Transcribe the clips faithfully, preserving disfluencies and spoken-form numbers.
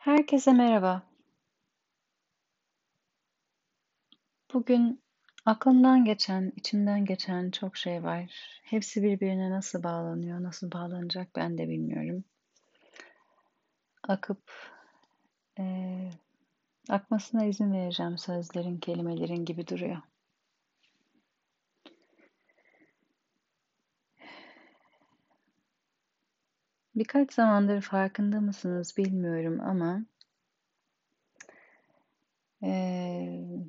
Herkese merhaba. Bugün aklımdan geçen, içimden geçen çok şey var. Hepsi birbirine nasıl bağlanıyor, nasıl bağlanacak ben de bilmiyorum. Akıp eee, akmasına izin vereceğim sözlerin, kelimelerin gibi duruyor. Birkaç zamandır farkında mısınız bilmiyorum ama eee,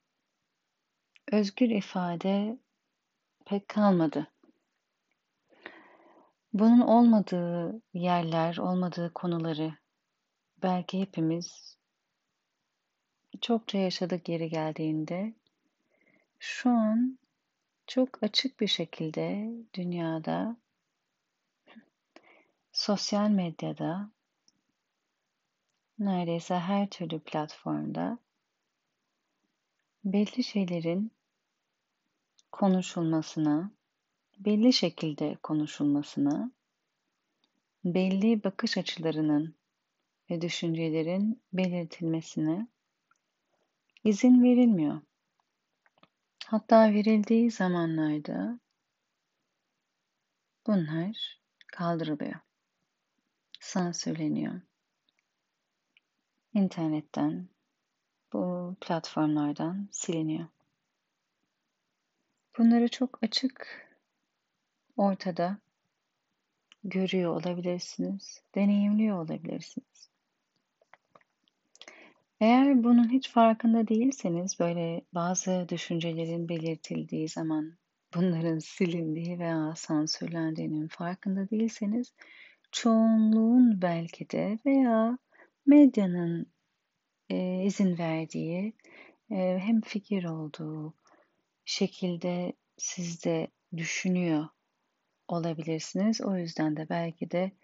özgür ifade pek kalmadı. Bunun olmadığı yerler, olmadığı konuları belki hepimiz çokça yaşadık yeri geldiğinde. Şu an çok açık bir şekilde dünyada, sosyal medyada, neredeyse her türlü platformda belli şeylerin konuşulmasına, belli şekilde konuşulmasına, belli bakış açılarının ve düşüncelerin belirtilmesine izin verilmiyor. Hatta verildiği zamanlarda bunlar kaldırılıyor, sansürleniyor. İnternetten, bu platformlardan siliniyor. Bunları çok açık ortada görüyor olabilirsiniz, deneyimliyor olabilirsiniz. Eğer bunun hiç farkında değilseniz, böyle bazı düşüncelerin belirtildiği zaman bunların silindiği veya sansürlendiğinin farkında değilseniz, çoğunluğun belki de veya medyanın e, izin verdiği, e, hem fikir olduğu şekilde siz de düşünüyor olabilirsiniz. O yüzden de belki de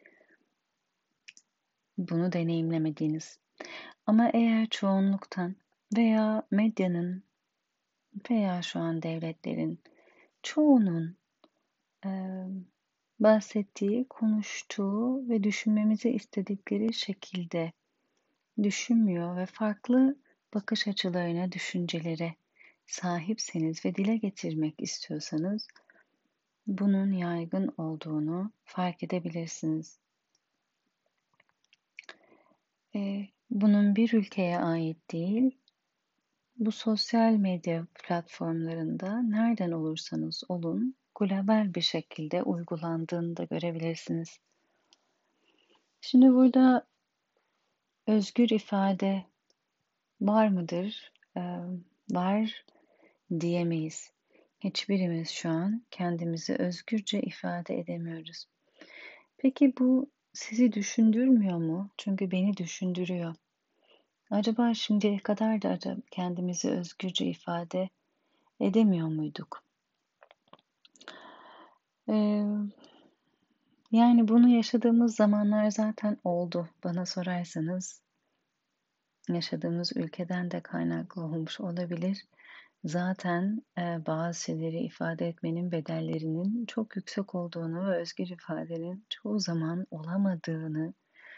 bunu deneyimlemediğiniz. Ama eğer çoğunluktan veya medyanın veya şu an devletlerin çoğunun eee, bahsettiği, konuştuğu ve düşünmemizi istedikleri şekilde düşünmüyor ve farklı bakış açılarına, düşüncelere sahipseniz ve dile getirmek istiyorsanız bunun yaygın olduğunu fark edebilirsiniz. Eee, bunun bir ülkeye ait değil, bu sosyal medya platformlarında nereden olursanız olun, global bir şekilde uygulandığını da görebilirsiniz. Şimdi burada özgür ifade var mıdır? Eee, var diyemeyiz. Hiçbirimiz şu an kendimizi özgürce ifade edemiyoruz. Peki bu sizi düşündürmüyor mu? Çünkü beni düşündürüyor. Acaba şimdiye kadar da acaba kendimizi özgürce ifade edemiyor muyduk? Eee, yani bunu yaşadığımız zamanlar zaten oldu. Bana sorarsanız yaşadığımız ülkeden de kaynaklı olmuş olabilir. Zaten eee, bazı şeyleri ifade etmenin bedellerinin çok yüksek olduğunu ve özgür ifadenin çoğu zaman olamadığını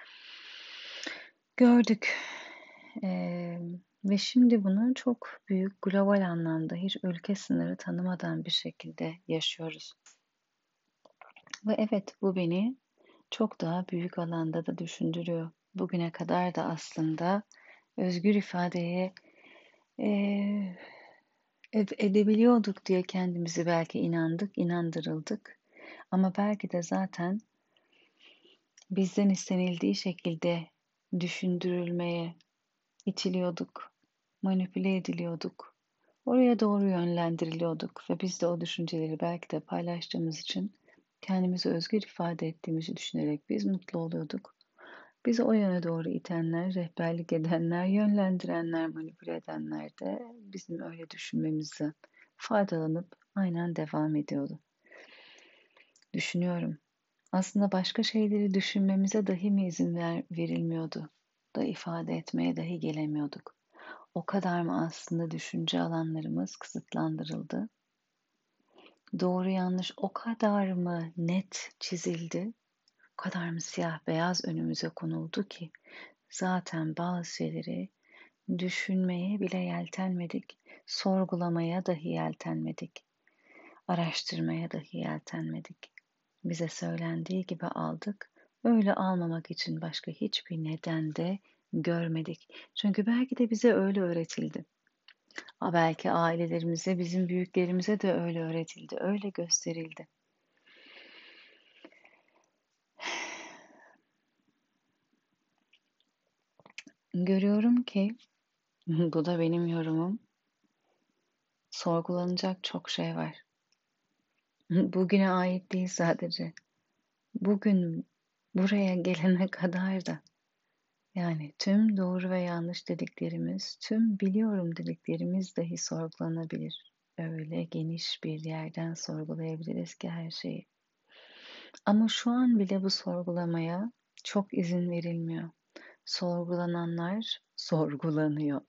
gördük. Eee, ve şimdi bunu çok büyük global anlamda hiç ülke sınırı tanımadan bir şekilde yaşıyoruz. Ve evet, bu beni çok daha büyük alanda da düşündürüyor. Bugüne kadar da aslında özgür ifadeye eee, ed- edebiliyorduk diye kendimizi belki inandık, inandırıldık. Ama belki de zaten bizden istenildiği şekilde düşündürülmeye itiliyorduk, manipüle ediliyorduk. Oraya doğru yönlendiriliyorduk ve biz de o düşünceleri belki de paylaştığımız için kendimizi özgür ifade ettiğimizi düşünerek biz mutlu oluyorduk. Bizi o yöne doğru itenler, rehberlik edenler, yönlendirenler, manipüle edenler de bizim öyle düşünmemizi faydalanıp aynen devam ediyordu. Düşünüyorum. Aslında başka şeyleri düşünmemize dahi mi izin ver, verilmiyordu? Da ifade etmeye dahi gelemiyorduk. O kadar mı aslında düşünce alanlarımız kısıtlandırıldı? Doğru yanlış o kadar mı net çizildi? O kadar mı siyah beyaz önümüze konuldu ki zaten bazı şeyleri düşünmeye bile yeltenmedik, sorgulamaya dahi yeltenmedik, araştırmaya dahi yeltenmedik. Bize söylendiği gibi aldık, öyle almamak için başka hiçbir neden de görmedik. Çünkü belki de bize öyle öğretildi. A belki ailelerimize, bizim büyüklerimize de öyle öğretildi, öyle gösterildi. Görüyorum ki, bu da benim yorumum, sorgulanacak çok şey var. Bugüne ait değil sadece. Bugün buraya gelene kadar da yani tüm doğru ve yanlış dediklerimiz, tüm biliyorum dediklerimiz dahi sorgulanabilir. Öyle geniş bir yerden sorgulayabiliriz ki her şeyi. Ama şu an bile bu sorgulamaya çok izin verilmiyor. Sorgulananlar sorgulanıyor.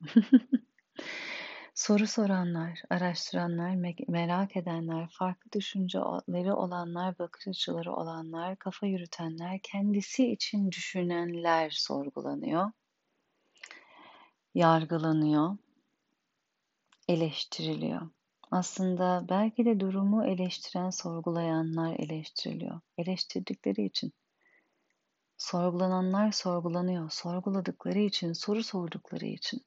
Soru soranlar, araştıranlar, merak edenler, farklı düşünceleri olanlar, bakış açıları olanlar, kafa yürütenler, kendisi için düşünenler sorgulanıyor, yargılanıyor, eleştiriliyor. Aslında belki de durumu eleştiren, sorgulayanlar eleştiriliyor. Eleştirdikleri için. Sorgulananlar sorgulanıyor, sorguladıkları için, soru sordukları için.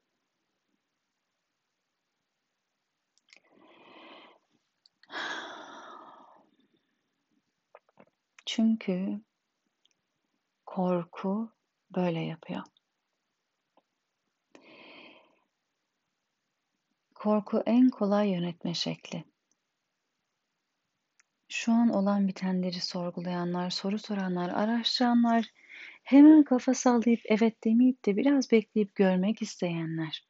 Çünkü korku böyle yapıyor. Korku en kolay yönetme şekli. Şu an olan bitenleri sorgulayanlar, soru soranlar, araştıranlar, hemen kafa sallayıp evet demeyip de biraz bekleyip görmek isteyenler,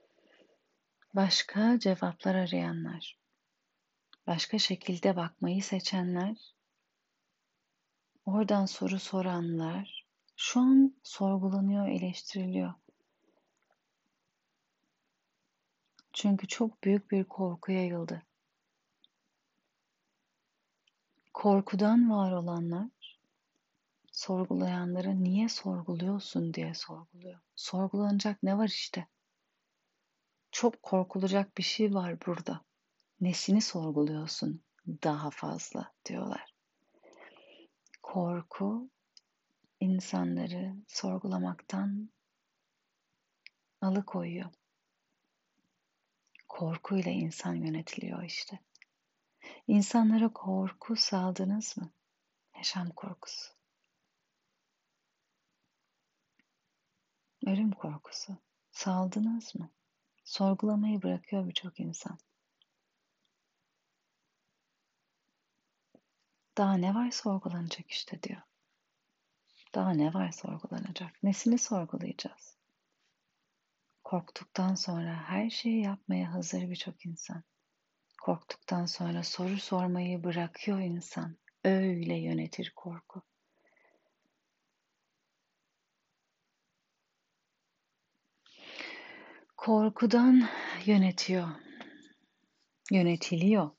başka cevaplar arayanlar, başka şekilde bakmayı seçenler, oradan soru soranlar, şu an sorgulanıyor, eleştiriliyor. Çünkü çok büyük bir korku yayıldı. Korkudan var olanlar, sorgulayanları niye sorguluyorsun diye sorguluyor. Sorgulanacak ne var işte? Çok korkulacak bir şey var burada. Nesini sorguluyorsun daha fazla diyorlar. Korku insanları sorgulamaktan alıkoyuyor. Korkuyla insan yönetiliyor işte. İnsanlara korku saldınız mı? Yaşam korkusu. Ölüm korkusu. Saldınız mı? Sorgulamayı bırakıyor birçok insan. Daha ne var sorgulanacak işte diyor. Daha ne var sorgulanacak? Nesini sorgulayacağız? Korktuktan sonra her şeyi yapmaya hazır birçok insan. Korktuktan sonra soru sormayı bırakıyor insan. Öyle yönetir korku. Korkudan yönetiyor. Yönetiliyor.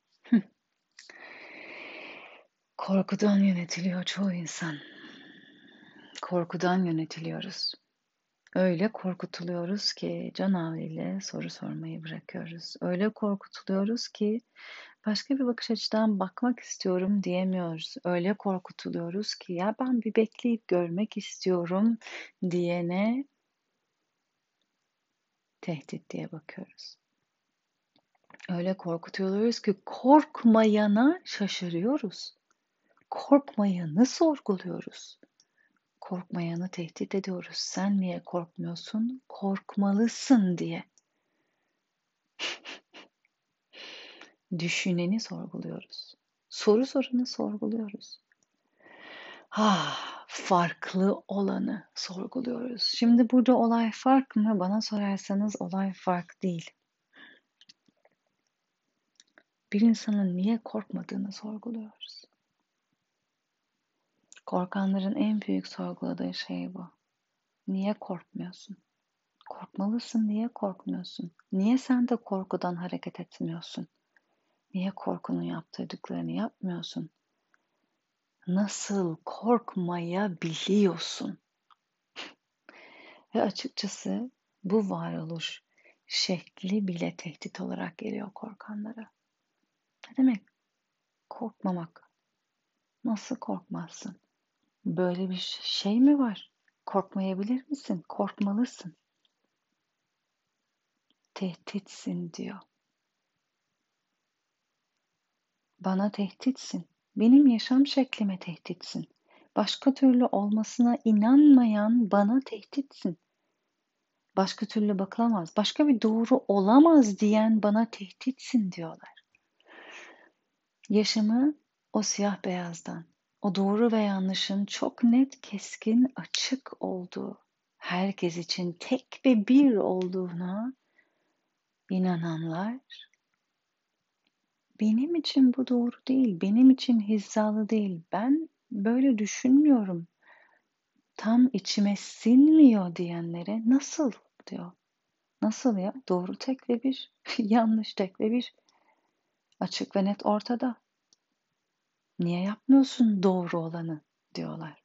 Korkudan yönetiliyor çoğu insan. Korkudan yönetiliyoruz. Öyle korkutuluyoruz ki can havliyle soru sormayı bırakıyoruz. Öyle korkutuluyoruz ki başka bir bakış açıdan bakmak istiyorum diyemiyoruz. Öyle korkutuluyoruz ki ya ben bir bekleyip görmek istiyorum diyene tehdit diye bakıyoruz. Öyle korkutuyoruz ki korkmayana şaşırıyoruz. Korkmayanı sorguluyoruz. Korkmayanı tehdit ediyoruz. Sen niye korkmuyorsun? Korkmalısın diye. Düşüneni sorguluyoruz. Soru soranı sorguluyoruz. Ah, farklı olanı sorguluyoruz. Şimdi burada olay fark mı? Bana sorarsanız olay fark değil. Bir insanın niye korkmadığını sorguluyoruz. Korkanların en büyük sorguladığı şey bu. Niye korkmuyorsun? Korkmalısın, niye korkmuyorsun? Niye sen de korkudan hareket etmiyorsun? Niye korkunun yaptırdıklarını yapmıyorsun? Nasıl korkmayabiliyorsun? Ve açıkçası bu varoluş şekli bile tehdit olarak geliyor korkanlara. Ne demek korkmamak? Nasıl korkmazsın? Böyle bir şey mi var? Korkmayabilir misin? Korkmalısın. Tehditsin diyor. Bana tehditsin. Benim yaşam şeklime tehditsin. Başka türlü olmasına inanmayan bana tehditsin. Başka türlü bakılamaz. Başka bir doğru olamaz diyen bana tehditsin diyorlar. Yaşamı o siyah beyazdan, o doğru ve yanlışın çok net, keskin, açık olduğu, herkes için tek ve bir olduğuna inananlar, benim için bu doğru değil, benim için hizalı değil, ben böyle düşünmüyorum, tam içime sinmiyor diyenlere nasıl diyor. Nasıl ya? Doğru tek ve bir, yanlış tek ve bir. Açık ve net ortada. Niye yapmıyorsun doğru olanı diyorlar.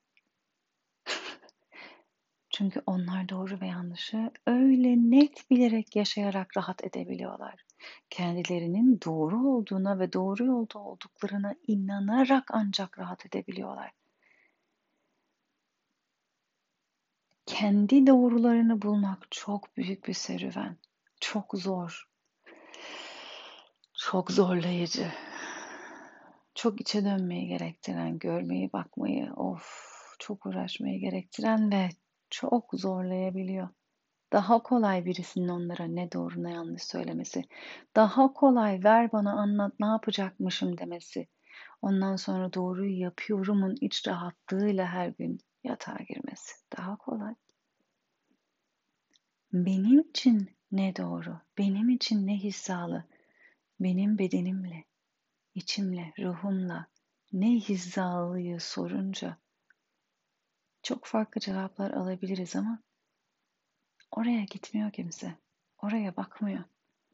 Çünkü onlar doğru ve yanlışı öyle net bilerek yaşayarak rahat edebiliyorlar. Kendilerinin doğru olduğuna ve doğru yolda olduklarına inanarak ancak rahat edebiliyorlar. Kendi doğrularını bulmak çok büyük bir serüven. Çok zor. Çok zorlayıcı. Çok içe dönmeyi gerektiren, görmeyi, bakmayı, of, çok uğraşmayı gerektiren ve çok zorlayabiliyor. Daha kolay birisinin onlara ne doğru ne yanlış söylemesi. Daha kolay ver bana anlat ne yapacakmışım demesi. Ondan sonra doğruyu yapıyorumun iç rahatlığıyla her gün yatağa girmesi. Daha kolay. Benim için ne doğru, benim için ne hizalı, benim bedenimle, içimle, ruhumla ne hizalıyı sorunca çok farklı cevaplar alabiliriz ama oraya gitmiyor kimse. Oraya bakmıyor.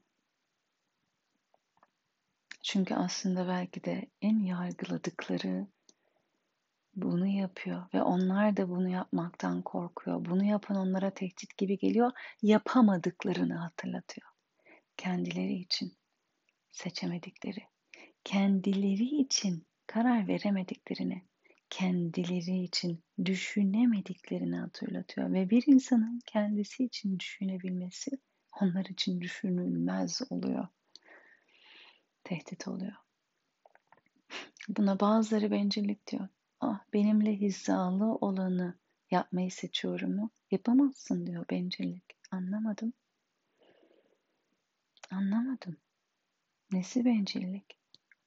Çünkü aslında belki de en yargıladıkları bunu yapıyor ve onlar da bunu yapmaktan korkuyor. Bunu yapan onlara tehdit gibi geliyor, yapamadıklarını hatırlatıyor. Kendileri için seçemedikleri, kendileri için karar veremediklerini, kendileri için düşünemediklerini hatırlatıyor. Ve bir insanın kendisi için düşünebilmesi onlar için düşünülmez oluyor. Tehdit oluyor. Buna bazıları bencillik diyor. Ah, benimle hizalı olanı yapmayı seçiyorum mu? Yapamazsın diyor bencillik. Anlamadım. Anlamadım. Nesi bencillik?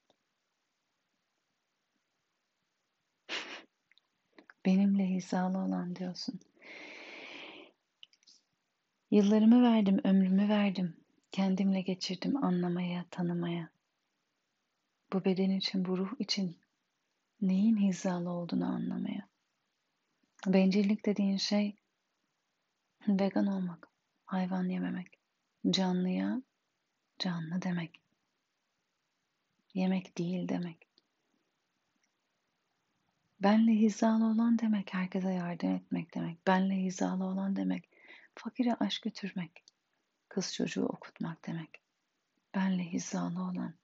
Benimle hizalı olan diyorsun. Yıllarımı verdim, ömrümü verdim. Kendimle geçirdim anlamaya, tanımaya. Bu beden için, bu ruh için neyin hizalı olduğunu anlamaya. Bencillik dediğin şey vegan olmak, hayvan yememek, canlıya canlı demek, yemek değil demek. Benle hizalı olan demek, herkese yardım etmek demek. Benle hizalı olan demek, fakire aş götürmek, kız çocuğu okutmak demek. Benle hizalı olan,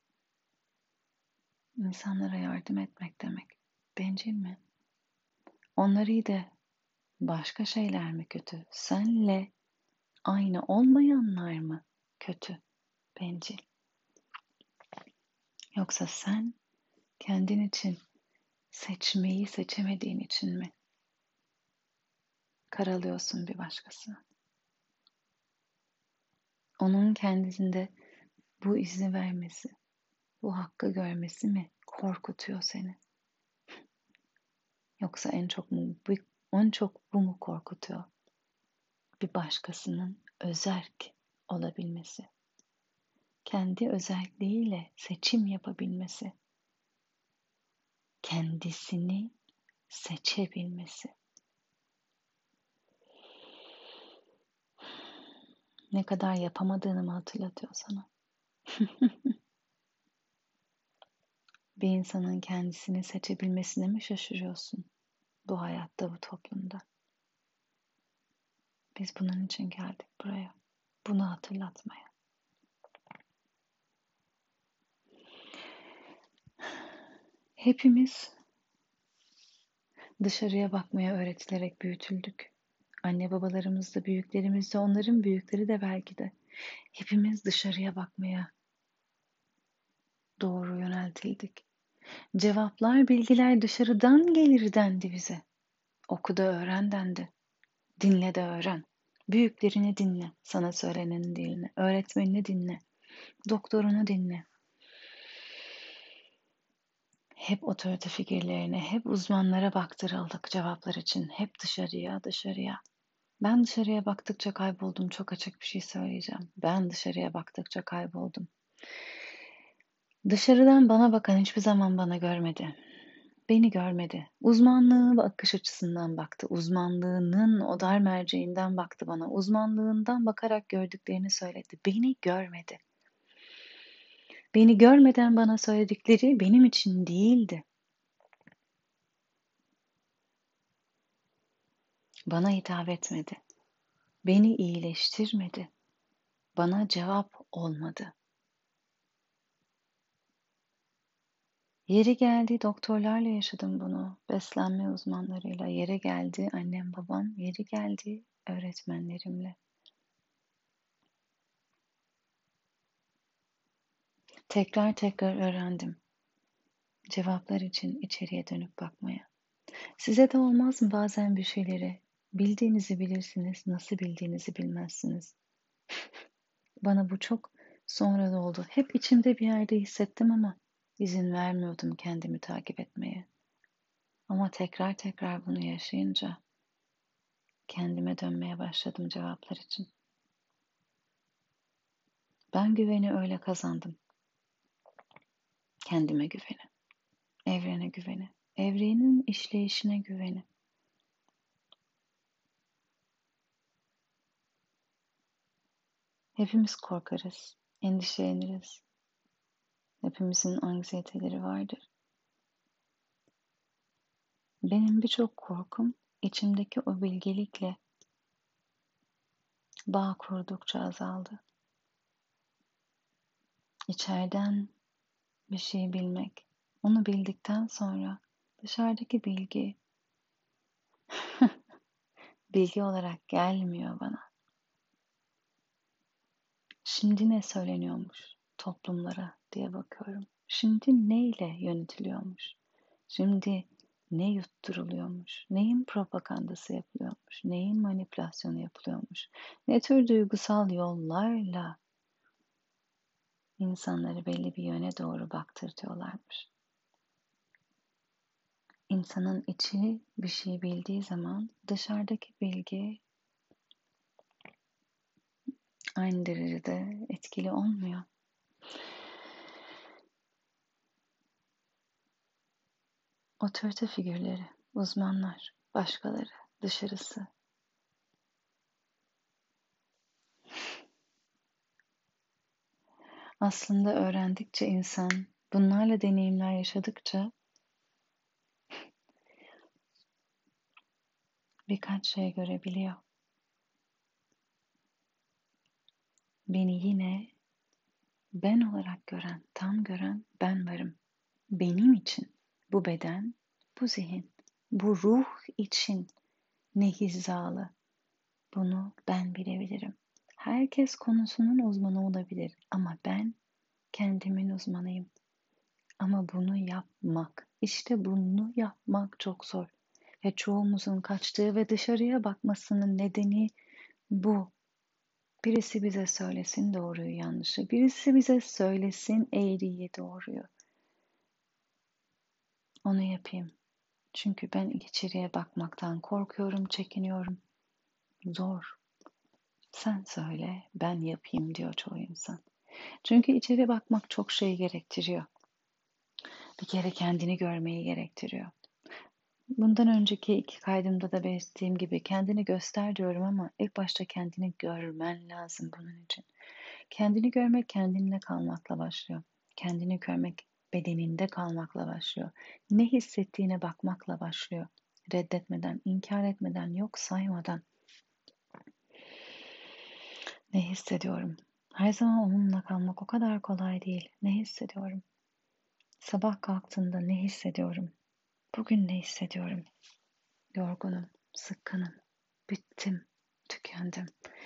insanlara yardım etmek demek. Bencil mi? Onlar iyi de başka şeyler mi kötü? Senle aynı olmayanlar mı kötü? Bencil. Yoksa sen kendin için seçmeyi seçemediğin için mi karalıyorsun bir başkasına? Onun kendisinde bu izni vermesi, bu hakkı görmesi mi korkutuyor seni? Yoksa en çok mu, en çok bu mu korkutuyor? Bir başkasının özerk olabilmesi, kendi özelliğiyle seçim yapabilmesi, kendisini seçebilmesi. Ne kadar yapamadığını mı hatırlatıyor sana? Bir insanın kendisini seçebilmesine mi şaşırıyorsun bu hayatta, bu toplumda? Biz bunun için geldik buraya. Bunu hatırlatmaya. Hepimiz dışarıya bakmaya öğretilerek büyütüldük. Anne babalarımız da, büyüklerimiz de, onların büyükleri de belki de. Hepimiz dışarıya bakmaya doğru yöneltildik. Cevaplar, bilgiler dışarıdan gelir dendi bize. Oku da öğren dendi. Dinle de öğren. Büyüklerini dinle, sana söylenenin dilini. Öğretmenini dinle, doktorunu dinle. Hep otorite figürlerine, hep uzmanlara baktırıldık cevaplar için. Hep dışarıya, dışarıya. Ben dışarıya baktıkça kayboldum. Çok açık bir şey söyleyeceğim. Ben dışarıya baktıkça kayboldum. Dışarıdan bana bakan hiçbir zaman bana görmedi. Beni görmedi. Uzmanlığı ve akış açısından baktı. Uzmanlığının o dar merceğinden baktı bana. Uzmanlığından bakarak gördüklerini söyledi. Beni görmedi. Beni görmeden bana söyledikleri benim için değildi. Bana hitap etmedi. Beni iyileştirmedi. Bana cevap olmadı. Yeri geldi doktorlarla yaşadım bunu. Beslenme uzmanlarıyla. Yeri geldi annem babam. Yeri geldi öğretmenlerimle. Tekrar tekrar öğrendim. Cevaplar için içeriye dönüp bakmaya. Size de olmaz mı bazen bir şeyleri? Bildiğinizi bilirsiniz, nasıl bildiğinizi bilmezsiniz. Bana bu çok sonra da oldu. Hep içimde bir yerde hissettim ama izin vermiyordum kendimi takip etmeye. Ama tekrar tekrar bunu yaşayınca kendime dönmeye başladım cevaplar için. Ben güveni öyle kazandım. Kendime güveni, evrene güveni, evrenin işleyişine güveni. Hepimiz korkarız, endişeleniriz. Hepimizin anksiyeteleri vardır. Benim birçok korkum içimdeki o bilgelikle bağ kurdukça azaldı. İçeriden bir şey bilmek, onu bildikten sonra dışarıdaki bilgi bilgi olarak gelmiyor bana. Şimdi ne söyleniyormuş toplumlara diye bakıyorum. Şimdi neyle yönetiliyormuş? Şimdi ne yutturuluyormuş? Neyin propagandası yapılıyormuş? Neyin manipülasyonu yapılıyormuş? Ne tür duygusal yollarla insanları belli bir yöne doğru baktırtıyorlarmış? İnsanın içi bir şey bildiği zaman dışarıdaki bilgi aynı derecede etkili olmuyor. Otorite figürleri, uzmanlar, başkaları, dışarısı. Aslında öğrendikçe insan, bunlarla deneyimler yaşadıkça birkaç şey görebiliyor. Beni yine ben olarak gören, tam gören ben varım. Benim için bu beden, bu zihin, bu ruh için ne hizalı. Bunu ben bilebilirim. Herkes konusunun uzmanı olabilir ama ben kendimin uzmanıyım. Ama bunu yapmak, işte bunu yapmak çok zor. Ve çoğumuzun kaçtığı ve dışarıya bakmasının nedeni bu. Birisi bize söylesin doğruyu yanlışı. Birisi bize söylesin eğriyi doğruyu. Onu yapayım. Çünkü ben içeriye bakmaktan korkuyorum, çekiniyorum. Zor. Sen söyle, ben yapayım diyor çoğu insan. Çünkü içeri bakmak çok şey gerektiriyor. Bir kere kendini görmeyi gerektiriyor. Bundan önceki iki kaydımda da belirttiğim gibi kendini göster diyorum ama ilk başta kendini görmen lazım bunun için. Kendini görmek kendinle kalmakla başlıyor. Kendini görmek bedeninde kalmakla başlıyor. Ne hissettiğine bakmakla başlıyor. Reddetmeden, inkar etmeden, yok saymadan. Ne hissediyorum? Her zaman onunla kalmak o kadar kolay değil. Ne hissediyorum? Sabah kalktığımda ne hissediyorum? Bugün ne hissediyorum? Yorgunum, sıkkınım, bittim, tükendim,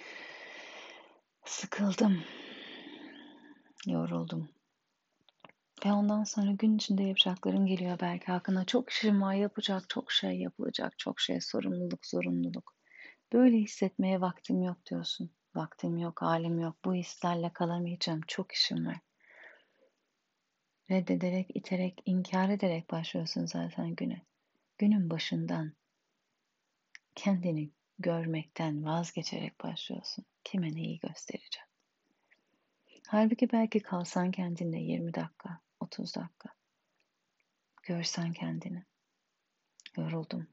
sıkıldım, yoruldum. Ve ondan sonra gün içinde yapacaklarım geliyor belki hakkında. Çok işim var, yapacak çok şey yapılacak, çok şey, sorumluluk, zorunluluk. Böyle hissetmeye vaktim yok diyorsun. Vaktim yok, halim yok, bu hislerle kalamayacağım, çok işim var. Reddederek, iterek, inkar ederek başlıyorsun zaten güne. Günün başından kendini görmekten vazgeçerek başlıyorsun. Kime neyi göstereceğim? Halbuki belki kalsan kendinle yirmi dakika, otuz dakika. Görsen kendini. Yoruldum.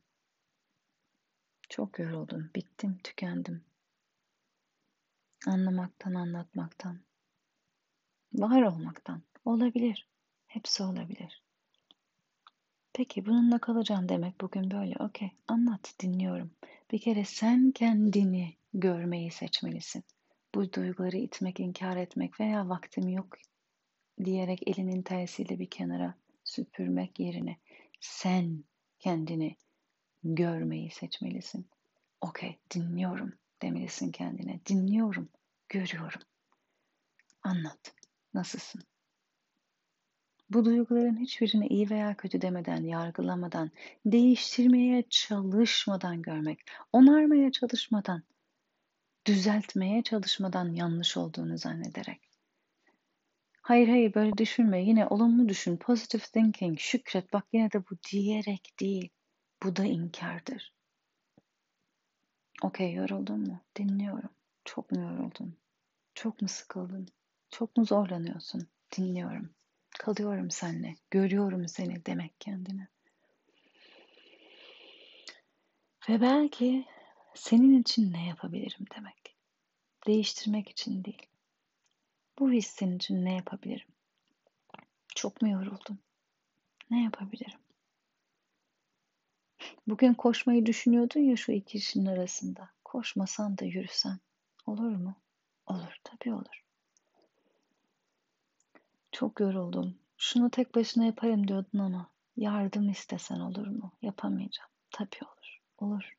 Çok yoruldum. Bittim, tükendim. Anlamaktan, anlatmaktan. Var olmaktan. Olabilir. Hepsi olabilir. Peki bununla kalacağım demek bugün böyle. Okey, anlat, dinliyorum. Bir kere sen kendini görmeyi seçmelisin. Bu duyguları itmek, inkar etmek veya vaktim yok diyerek elinin tersiyle bir kenara süpürmek yerine sen kendini görmeyi seçmelisin. Okey, dinliyorum demelisin kendine. Dinliyorum, görüyorum. Anlat. Nasılsın? Bu duyguların hiçbirini iyi veya kötü demeden, yargılamadan, değiştirmeye çalışmadan görmek, onarmaya çalışmadan, düzeltmeye çalışmadan yanlış olduğunu zannederek. Hayır hayır böyle düşünme, yine olumlu düşün, positive thinking, şükret, bak yine de bu diyerek değil, bu da inkardır. Okey, yoruldun mu? Dinliyorum. Çok mu yoruldun? Çok mu sıkıldın? Çok mu zorlanıyorsun? Dinliyorum. Kalıyorum seninle. Görüyorum seni demek kendine. Ve belki senin için ne yapabilirim demek. Değiştirmek için değil. Bu hissin için ne yapabilirim? Çok mu yoruldum? Ne yapabilirim? Bugün koşmayı düşünüyordun ya şu iki işin arasında. Koşmasan da yürüsen. Olur mu? Olur, tabii olur. Çok yoruldum. Şunu tek başına yaparım diyordun ama yardım istesen olur mu? Yapamayacağım. Tabii olur. Olur.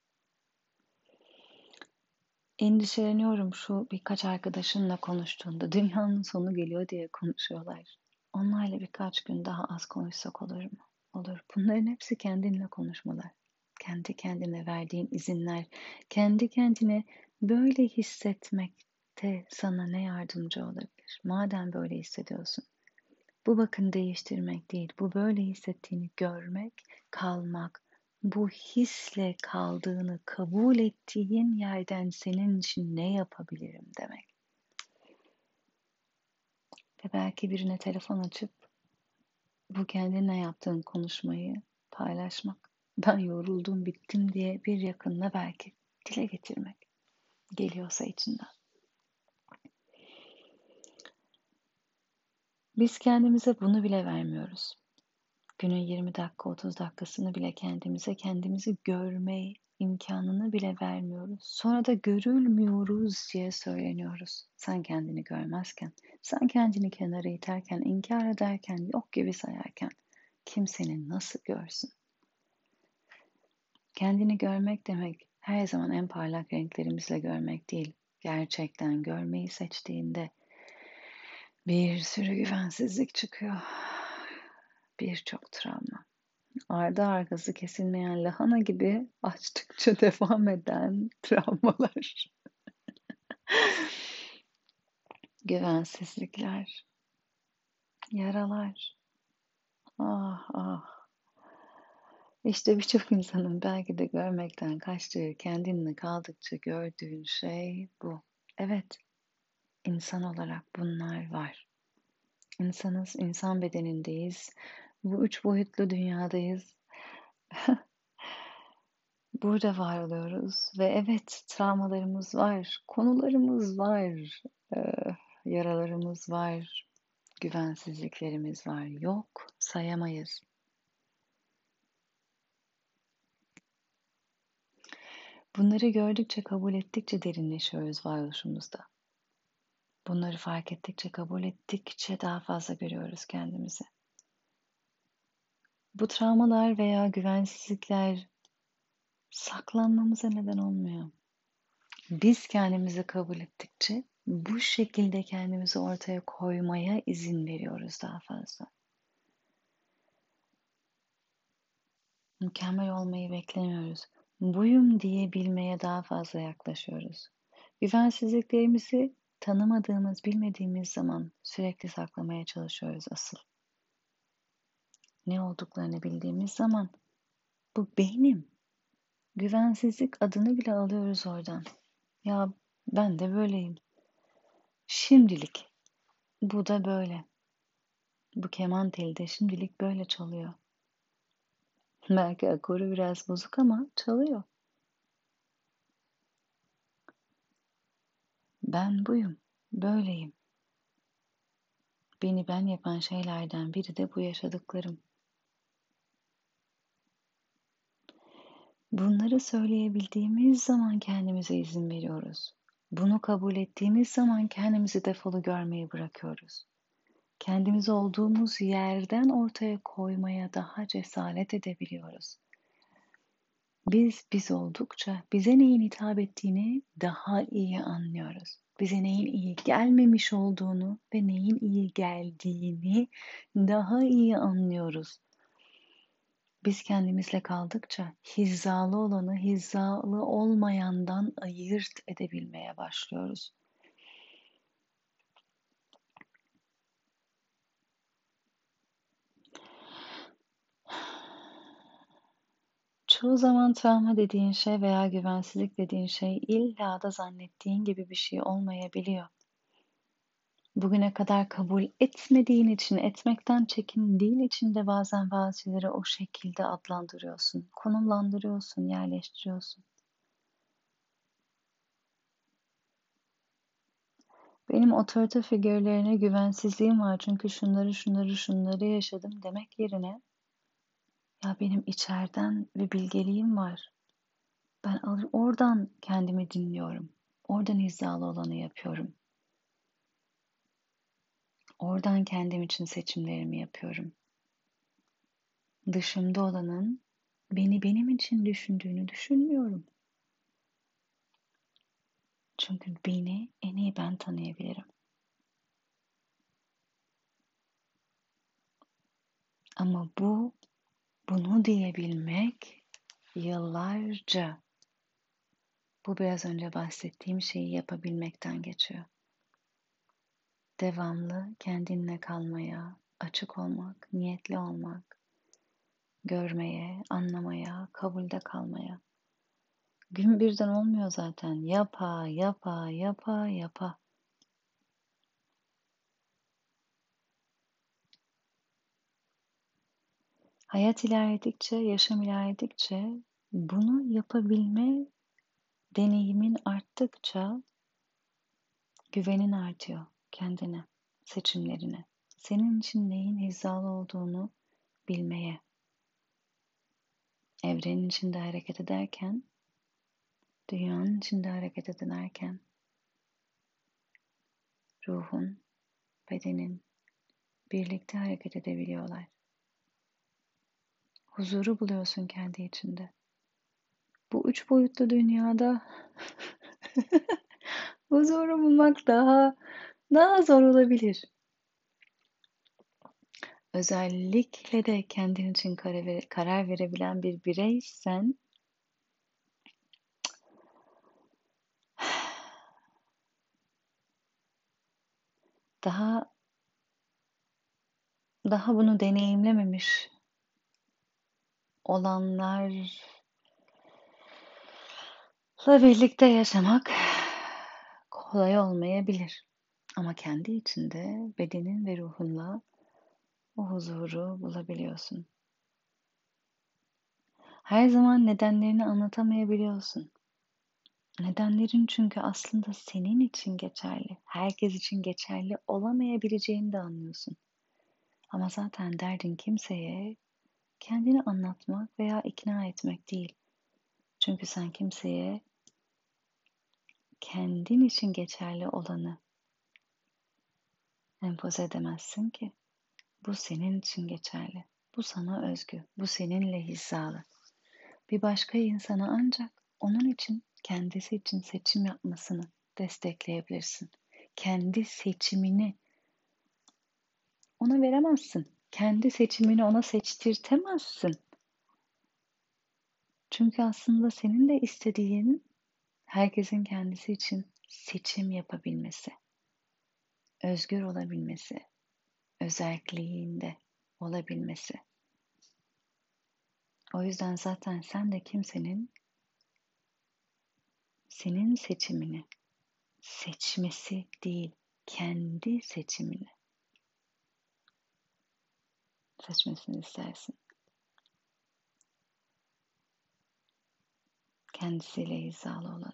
Endişeleniyorum şu birkaç arkadaşınla konuştuğunda. Dünyanın sonu geliyor diye konuşuyorlar. Onlarla birkaç gün daha az konuşsak olur mu? Olur. Bunların hepsi kendinle konuşmalar. Kendi kendine verdiğin izinler, kendi kendine böyle hissetmekte sana ne yardımcı olabilir? Madem böyle hissediyorsun. Bu bakın değiştirmek değil, bu böyle hissettiğini görmek, kalmak, bu hisle kaldığını kabul ettiğin yerden senin için ne yapabilirim demek. Ve belki birine telefon açıp bu kendine yaptığın konuşmayı paylaşmak. Ben yoruldum, bittim diye bir yakınına belki dile getirmek geliyorsa içinden. Biz kendimize bunu bile vermiyoruz. Günün yirmi dakika, otuz dakikasını bile kendimize, kendimizi görme imkanını bile vermiyoruz. Sonra da görülmüyoruz diye söyleniyoruz. Sen kendini görmezken, sen kendini kenara iterken, inkar ederken, yok gibi sayarken kim seni nasıl görsün? Kendini görmek demek her zaman en parlak renklerimizle görmek değil. Gerçekten görmeyi seçtiğinde bir sürü güvensizlik çıkıyor. Birçok travma. Ardı arkası kesilmeyen lahana gibi açtıkça devam eden travmalar, güvensizlikler, yaralar. Ah ah. İşte birçok insanın belki de görmekten kaçtığı, kendinle kaldıkça gördüğün şey bu. Evet, insan olarak bunlar var. İnsanız, insan bedenindeyiz. Bu üç boyutlu dünyadayız. Burada var oluyoruz ve evet travmalarımız var, konularımız var, e, yaralarımız var, güvensizliklerimiz var. Yok sayamayız. Bunları gördükçe, kabul ettikçe derinleşiyoruz varoluşumuzda. Bunları fark ettikçe, kabul ettikçe daha fazla görüyoruz kendimizi. Bu travmalar veya güvensizlikler saklanmamıza neden olmuyor. Biz kendimizi kabul ettikçe bu şekilde kendimizi ortaya koymaya izin veriyoruz daha fazla. Mükemmel olmayı beklemiyoruz. Buyum diyebilmeye daha fazla yaklaşıyoruz. Güvensizliklerimizi tanımadığımız, bilmediğimiz zaman sürekli saklamaya çalışıyoruz asıl. Ne olduklarını bildiğimiz zaman bu benim. Güvensizlik adını bile alıyoruz oradan. Ya ben de böyleyim. Şimdilik bu da böyle. Bu keman teli de şimdilik böyle çalıyor. Belki akoru biraz bozuk ama çalıyor. Ben buyum, böyleyim. Beni ben yapan şeylerden biri de bu yaşadıklarım. Bunları söyleyebildiğimiz zaman kendimize izin veriyoruz. Bunu kabul ettiğimiz zaman kendimizi defolu görmeyi bırakıyoruz. Kendimizi olduğumuz yerden ortaya koymaya daha cesaret edebiliyoruz. Biz biz oldukça bize neyin hitap ettiğini daha iyi anlıyoruz. Bize neyin iyi gelmemiş olduğunu ve neyin iyi geldiğini daha iyi anlıyoruz. Biz kendimizle kaldıkça hizalı olanı hizalı olmayandan ayırt edebilmeye başlıyoruz. Çoğu zaman travma dediğin şey veya güvensizlik dediğin şey illa da zannettiğin gibi bir şey olmayabiliyor. Bugüne kadar kabul etmediğin için, etmekten çekindiğin için de bazen bazı şeyleri o şekilde adlandırıyorsun, konumlandırıyorsun, yerleştiriyorsun. Benim otorite figürlerine güvensizliğim var çünkü şunları şunları şunları yaşadım demek yerine ya benim içeriden bir bilgeliğim var. Ben oradan kendimi dinliyorum. Oradan hizalı olanı yapıyorum. Oradan kendim için seçimlerimi yapıyorum. Dışımda olanın beni benim için düşündüğünü düşünmüyorum. Çünkü beni en iyi ben tanıyabilirim. Ama bu, bunu diyebilmek yıllarca bu biraz önce bahsettiğim şeyi yapabilmekten geçiyor. Devamlı kendinle kalmaya, açık olmak, niyetli olmak, görmeye, anlamaya, kabulde kalmaya. Gün birden olmuyor zaten. Yapa, yapa, yapa, yapa. Hayat ilerledikçe, yaşam ilerledikçe bunu yapabilme deneyimin arttıkça güvenin artıyor kendine, seçimlerine. Senin için neyin hizalı olduğunu bilmeye. Evrenin içinde hareket ederken, dünyanın içinde hareket ederken, ruhun, bedenin birlikte hareket edebiliyorlar. Huzuru buluyorsun kendi içinde. Bu üç boyutlu dünyada huzuru bulmak daha daha zor olabilir. Özellikle de kendin için karar, karar verebilen bir bireysen daha daha bunu deneyimlememiş olanlarla birlikte yaşamak kolay olmayabilir. Ama kendi içinde bedenin ve ruhunla o huzuru bulabiliyorsun. Her zaman nedenlerini anlatamayabiliyorsun. Nedenlerin çünkü aslında senin için geçerli, herkes için geçerli olamayabileceğini de anlıyorsun. Ama zaten derdin kimseye kendini anlatmak veya ikna etmek değil. Çünkü sen kimseye kendin için geçerli olanı empoze edemezsin ki. Bu senin için geçerli. Bu sana özgü. Bu seninle hizalı. Bir başka insana ancak onun için, kendisi için seçim yapmasını destekleyebilirsin. Kendi seçimini ona veremezsin. Kendi seçimini ona seçtirtemezsin. Çünkü aslında senin de istediğin herkesin kendisi için seçim yapabilmesi, özgür olabilmesi, özelliğinde olabilmesi. O yüzden zaten sen de kimsenin senin seçimini seçmesi değil, kendi seçimini seçmesini istersin. Kendisiyle hizalı olanı.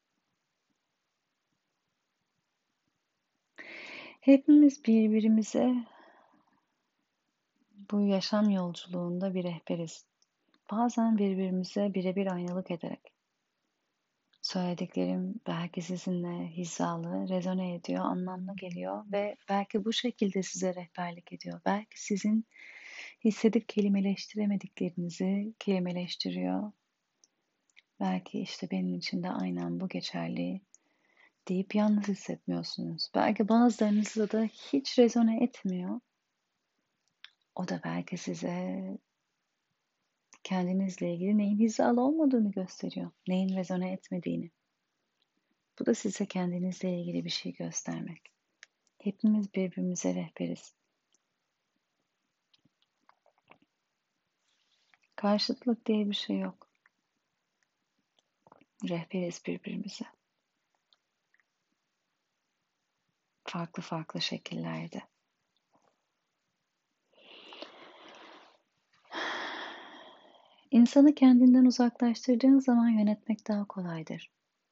Hepimiz birbirimize bu yaşam yolculuğunda bir rehberiz. Bazen birbirimize birebir aynalık ederek. Söylediklerim belki sizinle hizalı, rezone ediyor, anlamlı geliyor ve belki bu şekilde size rehberlik ediyor. Belki sizin hissedip kelimeleştiremediklerinizi kelimeleştiriyor. Belki işte benim için de aynen bu geçerli deyip yalnız hissetmiyorsunuz. Belki bazılarınızla da hiç rezone etmiyor. O da belki size kendinizle ilgili neyin hizalı olmadığını gösteriyor. Neyin rezone etmediğini. Bu da size kendinizle ilgili bir şey göstermek. Hepimiz birbirimize rehberiz. Karşıtlık diye bir şey yok. Rehberiz birbirimize. Farklı farklı şekillerde. İnsanı kendinden uzaklaştırdığın zaman yönetmek daha kolaydır.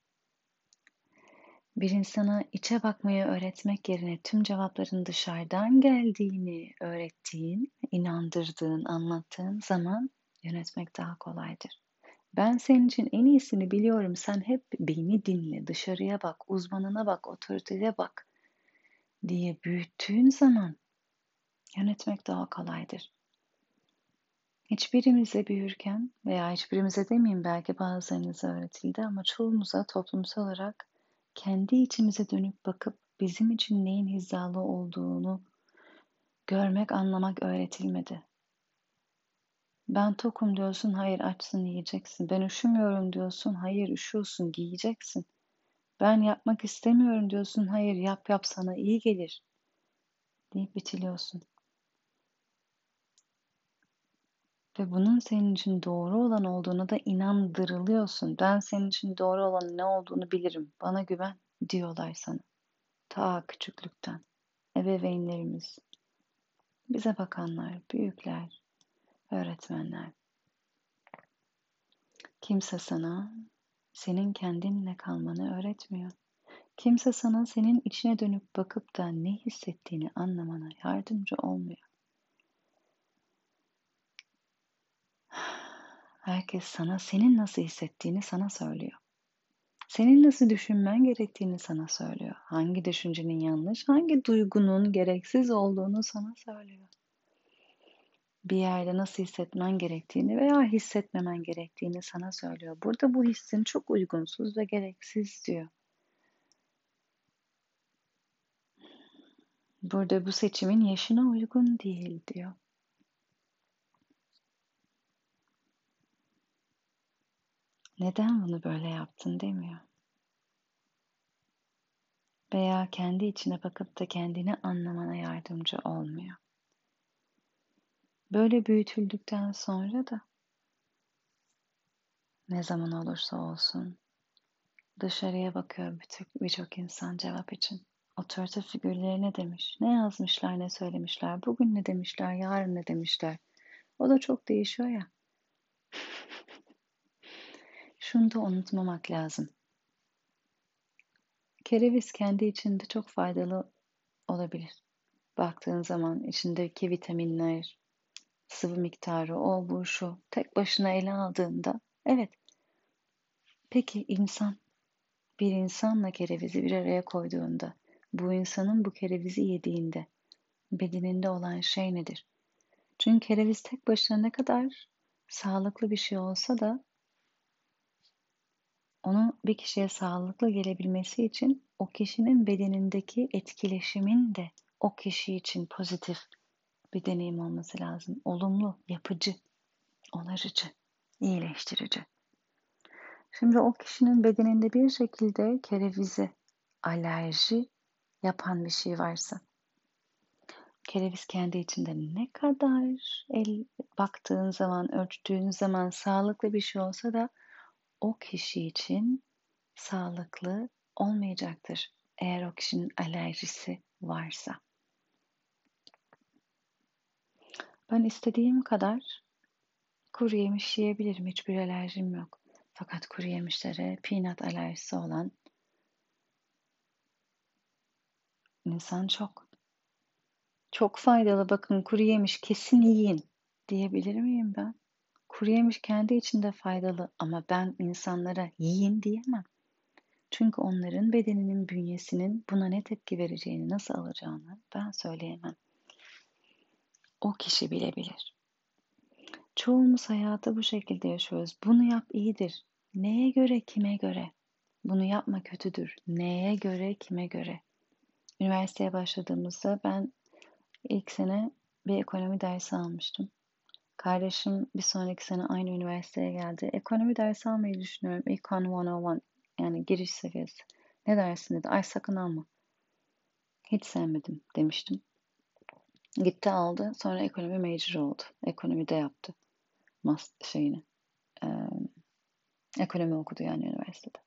Bir insana içe bakmayı öğretmek yerine tüm cevapların dışarıdan geldiğini öğrettiğin, inandırdığın, anlattığın zaman yönetmek daha kolaydır. Ben senin için en iyisini biliyorum, sen hep beni dinle, dışarıya bak, uzmanına bak, otoriteye bak diye büyüttüğün zaman yönetmek daha kolaydır. Hiçbirimize büyürken veya hiçbirimize demeyeyim, belki bazılarınıza öğretildi ama çoğumuza toplumsal olarak kendi içimize dönüp bakıp bizim için neyin hizalı olduğunu görmek, anlamak öğretilmedi. Ben tokum diyorsun, hayır açsın yiyeceksin. Ben üşümüyorum diyorsun, hayır üşüyorsun giyeceksin. Ben yapmak istemiyorum diyorsun, hayır yap yap sana iyi gelir deyip bitiliyorsun. Ve bunun senin için doğru olan olduğuna da inandırılıyorsun. Ben senin için doğru olan ne olduğunu bilirim, bana güven diyorlar sana. Ta küçüklükten. Ebeveynlerimiz, bize bakanlar, büyükler, öğretmenler. Kimse sana senin kendinle kalmanı öğretmiyor. Kimse sana senin içine dönüp bakıp da ne hissettiğini anlamana yardımcı olmuyor. Herkes sana senin nasıl hissettiğini sana söylüyor. Senin nasıl düşünmen gerektiğini sana söylüyor. Hangi düşüncenin yanlış, hangi duygunun gereksiz olduğunu sana söylüyor. Bir yerde nasıl hissetmen gerektiğini veya hissetmemen gerektiğini sana söylüyor. Burada bu hissin çok uygunsuz ve gereksiz diyor. Burada bu seçimin yaşına uygun değil diyor. Neden bunu böyle yaptın demiyor. Veya kendi içine bakıp da kendini anlamana yardımcı olmuyor. Böyle büyütüldükten sonra da ne zaman olursa olsun dışarıya bakıyor birçok, birçok insan cevap için. Otorite figürleri ne demiş, ne yazmışlar, ne söylemişler, bugün ne demişler, yarın ne demişler. O da çok değişiyor ya. Şunu da unutmamak lazım. Kereviz kendi içinde çok faydalı olabilir. Baktığın zaman içindeki vitaminler, sıvı miktarı, o bu şu, tek başına ele aldığında evet Peki insan bir insanla kerevizi bir araya koyduğunda, bu insanın bu kerevizi yediğinde bedeninde olan şey nedir? Çünkü kereviz tek başına ne kadar sağlıklı bir şey olsa da onun bir kişiye sağlıklı gelebilmesi için o kişinin bedenindeki etkileşimin de o kişi için pozitif bir deneyim olması lazım. Olumlu, yapıcı, onarıcı, iyileştirici. Şimdi o kişinin bedeninde bir şekilde kerevize alerji yapan bir şey varsa, kereviz kendi içinde ne kadar el baktığın zaman, ölçtüğün zaman sağlıklı bir şey olsa da o kişi için sağlıklı olmayacaktır. Eğer o kişinin alerjisi varsa. Ben istediğim kadar kuru yemiş yiyebilirim. Hiçbir alerjim yok. Fakat kuru yemişlere peanut alerjisi olan insan çok. Çok faydalı, bakın kuru yemiş kesin yiyin diyebilir miyim ben? Kuru yemiş kendi içinde faydalı ama ben insanlara yiyin diyemem. Çünkü onların bedeninin, bünyesinin buna ne tepki vereceğini, nasıl alacağını ben söyleyemem. O kişi bilebilir. Çoğumuz hayatı bu şekilde yaşıyoruz. Bunu yap iyidir. Neye göre, kime göre? Bunu yapma kötüdür. Neye göre, kime göre? Üniversiteye başladığımızda ben ilk sene bir ekonomi dersi almıştım. Kardeşim bir sonraki sene aynı üniversiteye geldi. Ekonomi dersi almayı düşünüyorum. Econ yüz bir, yani giriş seviyesi. Ne dersin dedi. Ay sakın alma. Hiç sevmedim demiştim. Gitti aldı. Sonra ekonomi major oldu. Ekonomide yaptı. Master şeyini. Ee, ekonomi okudu yani üniversitede.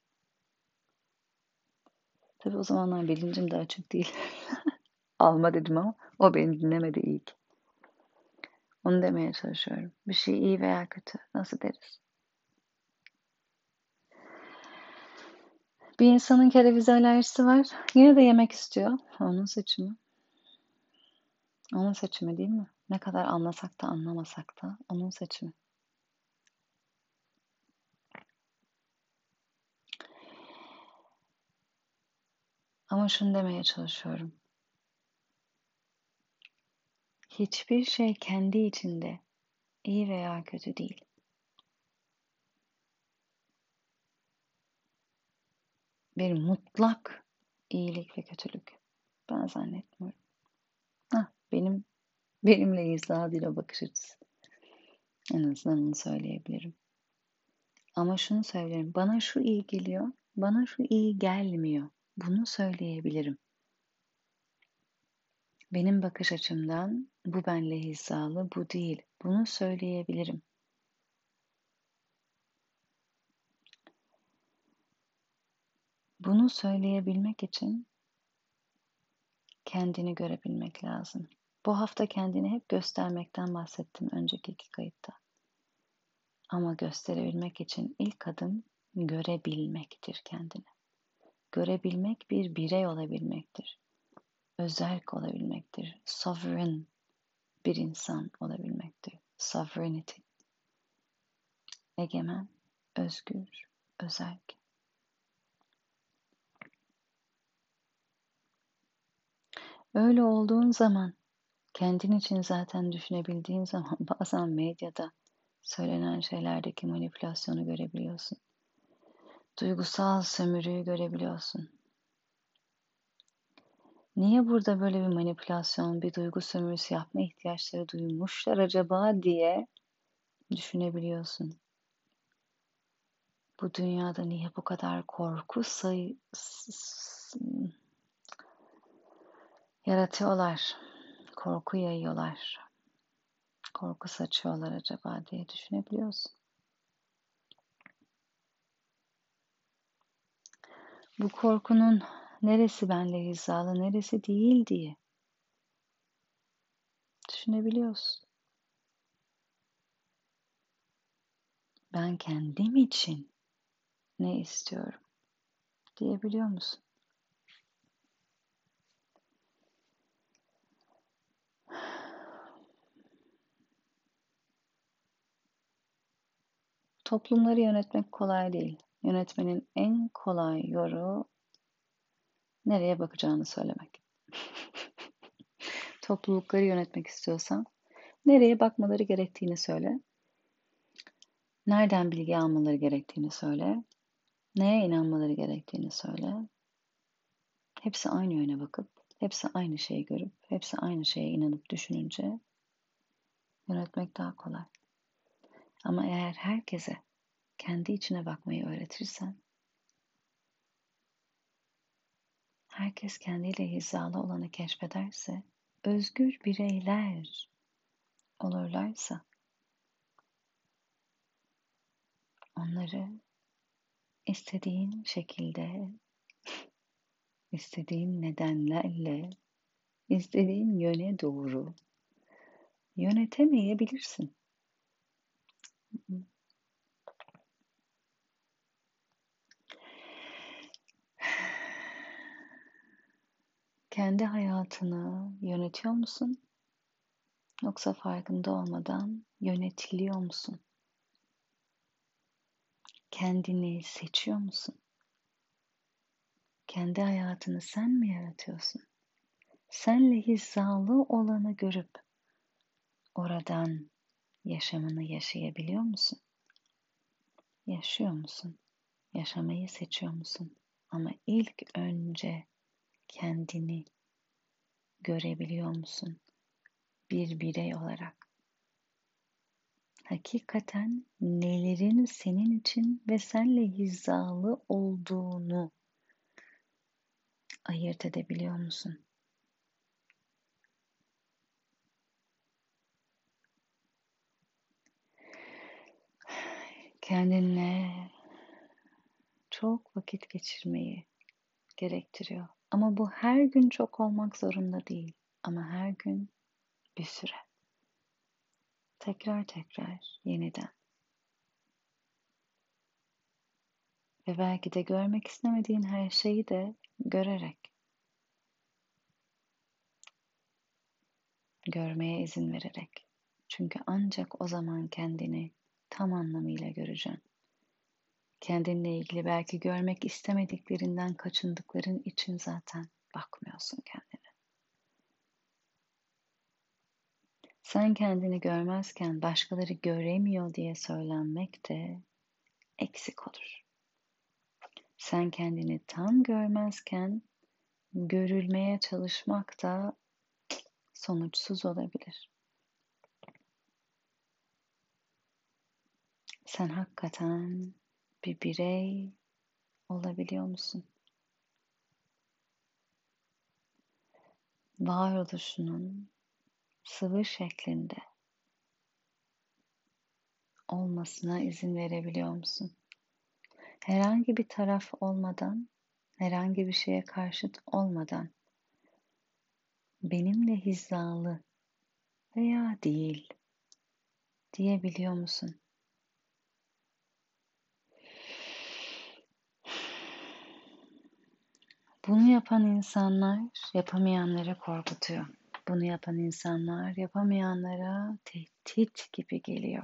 Tabii o zamanlar bilincim de açık değil. Alma dedim ama o beni dinlemedi iyi ki. Onu demeye çalışıyorum. Bir şey iyi veya kötü. Nasıl deriz? Bir insanın kerevize alerjisi var. Yine de yemek istiyor. Onun seçimi. Onun seçimi değil mi? Ne kadar anlasak da anlamasak da onun seçimi. Ama şunu demeye çalışıyorum. Hiçbir şey kendi içinde iyi veya kötü değil. Bir mutlak iyilik ve kötülük. Ben zannetmiyorum. Hah, benim benimle izah değil o bakış açısı. En azından onu söyleyebilirim. Ama şunu söylerim. Bana şu iyi geliyor, bana şu iyi gelmiyor. Bunu söyleyebilirim. Benim bakış açımdan bu benle hizalı, bu değil. Bunu söyleyebilirim. Bunu söyleyebilmek için kendini görebilmek lazım. Bu hafta kendini hep göstermekten bahsettim önceki iki kayıtta. Ama gösterebilmek için ilk adım görebilmektir kendini. Görebilmek bir birey olabilmektir. Özerk olabilmektir. Sovereign bir insan olabilmektir. Sovereignty. Egemen, özgür, özerk. Öyle olduğun zaman, kendin için zaten düşünebildiğin zaman bazen medyada söylenen şeylerdeki manipülasyonu görebiliyorsun. Duygusal sömürüyü görebiliyorsun. Niye burada böyle bir manipülasyon, bir duygu sömürüsü yapma ihtiyaçları duymuşlar acaba diye düşünebiliyorsun. Bu dünyada niye bu kadar korku sayı yaratıyorlar? Korku yayıyorlar. Korku saçıyorlar acaba diye düşünebiliyorsun. Bu korkunun neresi benle hizalı, neresi değil diye düşünebiliyorsun. Ben kendim için ne istiyorum diyebiliyor musun? Toplumları yönetmek kolay değil. Yönetmenin en kolay yolu nereye bakacağını söylemek. Toplulukları yönetmek istiyorsan nereye bakmaları gerektiğini söyle. Nereden bilgi almaları gerektiğini söyle. Neye inanmaları gerektiğini söyle. Hepsi aynı yöne bakıp, hepsi aynı şeyi görüp, hepsi aynı şeye inanıp düşününce yönetmek daha kolay. Ama eğer herkese kendi içine bakmayı öğretirsen, herkes kendiyle hizalı olanı keşfederse, özgür bireyler olurlarsa, onları istediğin şekilde, istediğin nedenlerle, istediğin yöne doğru yönetemeyebilirsin. Kendi hayatını yönetiyor musun? Yoksa farkında olmadan yönetiliyor musun? Kendini seçiyor musun? Kendi hayatını sen mi yaratıyorsun? Senle hizalı olanı görüp oradan yaşamını yaşayabiliyor musun? Yaşıyor musun? Yaşamayı seçiyor musun? Ama ilk önce kendini görebiliyor musun? Bir birey olarak. Hakikaten nelerin senin için ve senle hizalı olduğunu ayırt edebiliyor musun? Kendinle çok vakit geçirmeyi gerektiriyor. Ama bu her gün çok olmak zorunda değil. Ama her gün bir süre. Tekrar tekrar yeniden. Ve belki de görmek istemediğin her şeyi de görerek. Görmeye izin vererek. Çünkü ancak o zaman kendini tam anlamıyla göreceksin. Kendinle ilgili belki görmek istemediklerinden kaçındıkların için zaten bakmıyorsun kendine. Sen kendini görmezken başkaları göremiyor diye söylenmek de eksik olur. Sen kendini tam görmezken görülmeye çalışmak da sonuçsuz olabilir. Sen hakikaten bir birey olabiliyor musun? Varoluşunun sıvı şeklinde olmasına izin verebiliyor musun? Herhangi bir taraf olmadan, herhangi bir şeye karşıt olmadan, benimle hizalı veya değil diyebiliyor musun? Bunu yapan insanlar yapamayanları korkutuyor. Bunu yapan insanlar yapamayanlara tehdit gibi geliyor.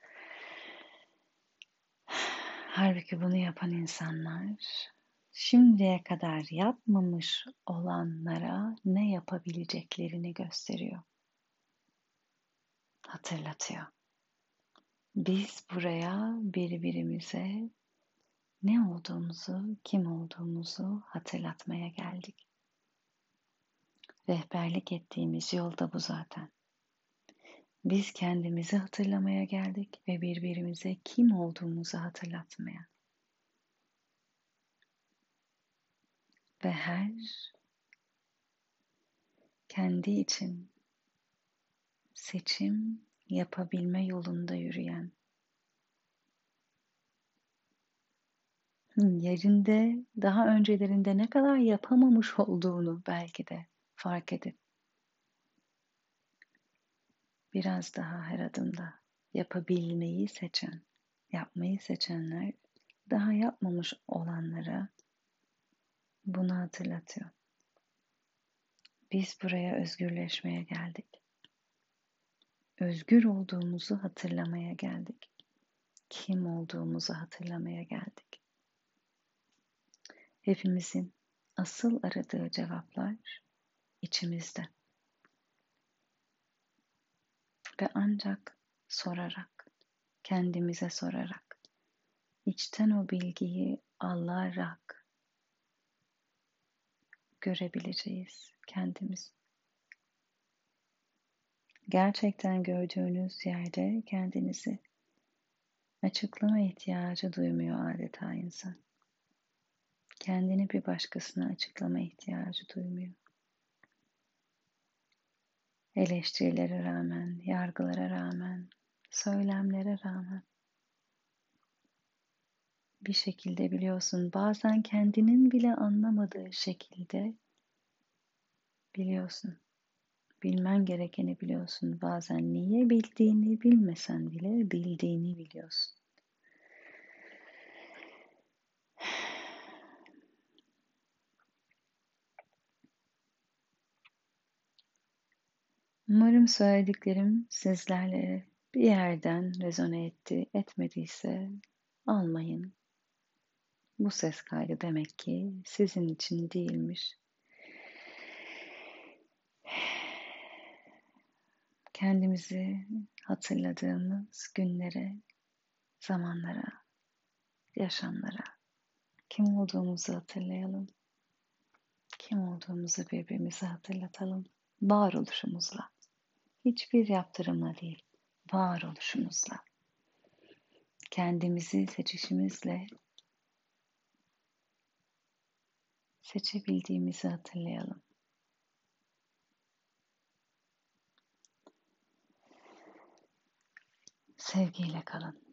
Halbuki bunu yapan insanlar şimdiye kadar yapmamış olanlara ne yapabileceklerini gösteriyor. Hatırlatıyor. Biz buraya birbirimize ne olduğumuzu, kim olduğumuzu hatırlatmaya geldik. Rehberlik ettiğimiz yol da bu zaten. Biz kendimizi hatırlamaya geldik ve birbirimize kim olduğumuzu hatırlatmaya. Ve her kendi için seçim yapabilme yolunda yürüyen, yerinde daha öncelerinde ne kadar yapamamış olduğunu belki de fark edip biraz daha her adımda yapabilmeyi seçen, yapmayı seçenler daha yapmamış olanlara bunu hatırlatıyor. Biz buraya özgürleşmeye geldik. Özgür olduğumuzu hatırlamaya geldik. Kim olduğumuzu hatırlamaya geldik. Hepimizin asıl aradığı cevaplar içimizde. Ve ancak sorarak, kendimize sorarak, içten o bilgiyi alarak görebileceğiz kendimizi. Gerçekten gördüğünüz yerde kendinizi açıklama ihtiyacı duymuyor adeta insan. Kendini bir başkasına açıklama ihtiyacı duymuyor. Eleştirilere rağmen, yargılara rağmen, söylemlere rağmen bir şekilde biliyorsun, bazen kendinin bile anlamadığı şekilde biliyorsun. Bilmen gerekeni biliyorsun. Bazen niye bildiğini bilmesen bile bildiğini biliyorsun. Umarım söylediklerim sizlerle bir yerden rezone etti, etmediyse almayın. Bu ses kaydı demek ki sizin için değilmiş. Kendimizi hatırladığımız günlere, zamanlara, yaşamlara, kim olduğumuzu hatırlayalım. Kim olduğumuzu birbirimize hatırlatalım. Varoluşumuzla. Hiçbir yaptırımla değil, varoluşumuzla. Kendimizi seçişimizle seçebildiğimizi hatırlayalım. Sevgiyle kalın.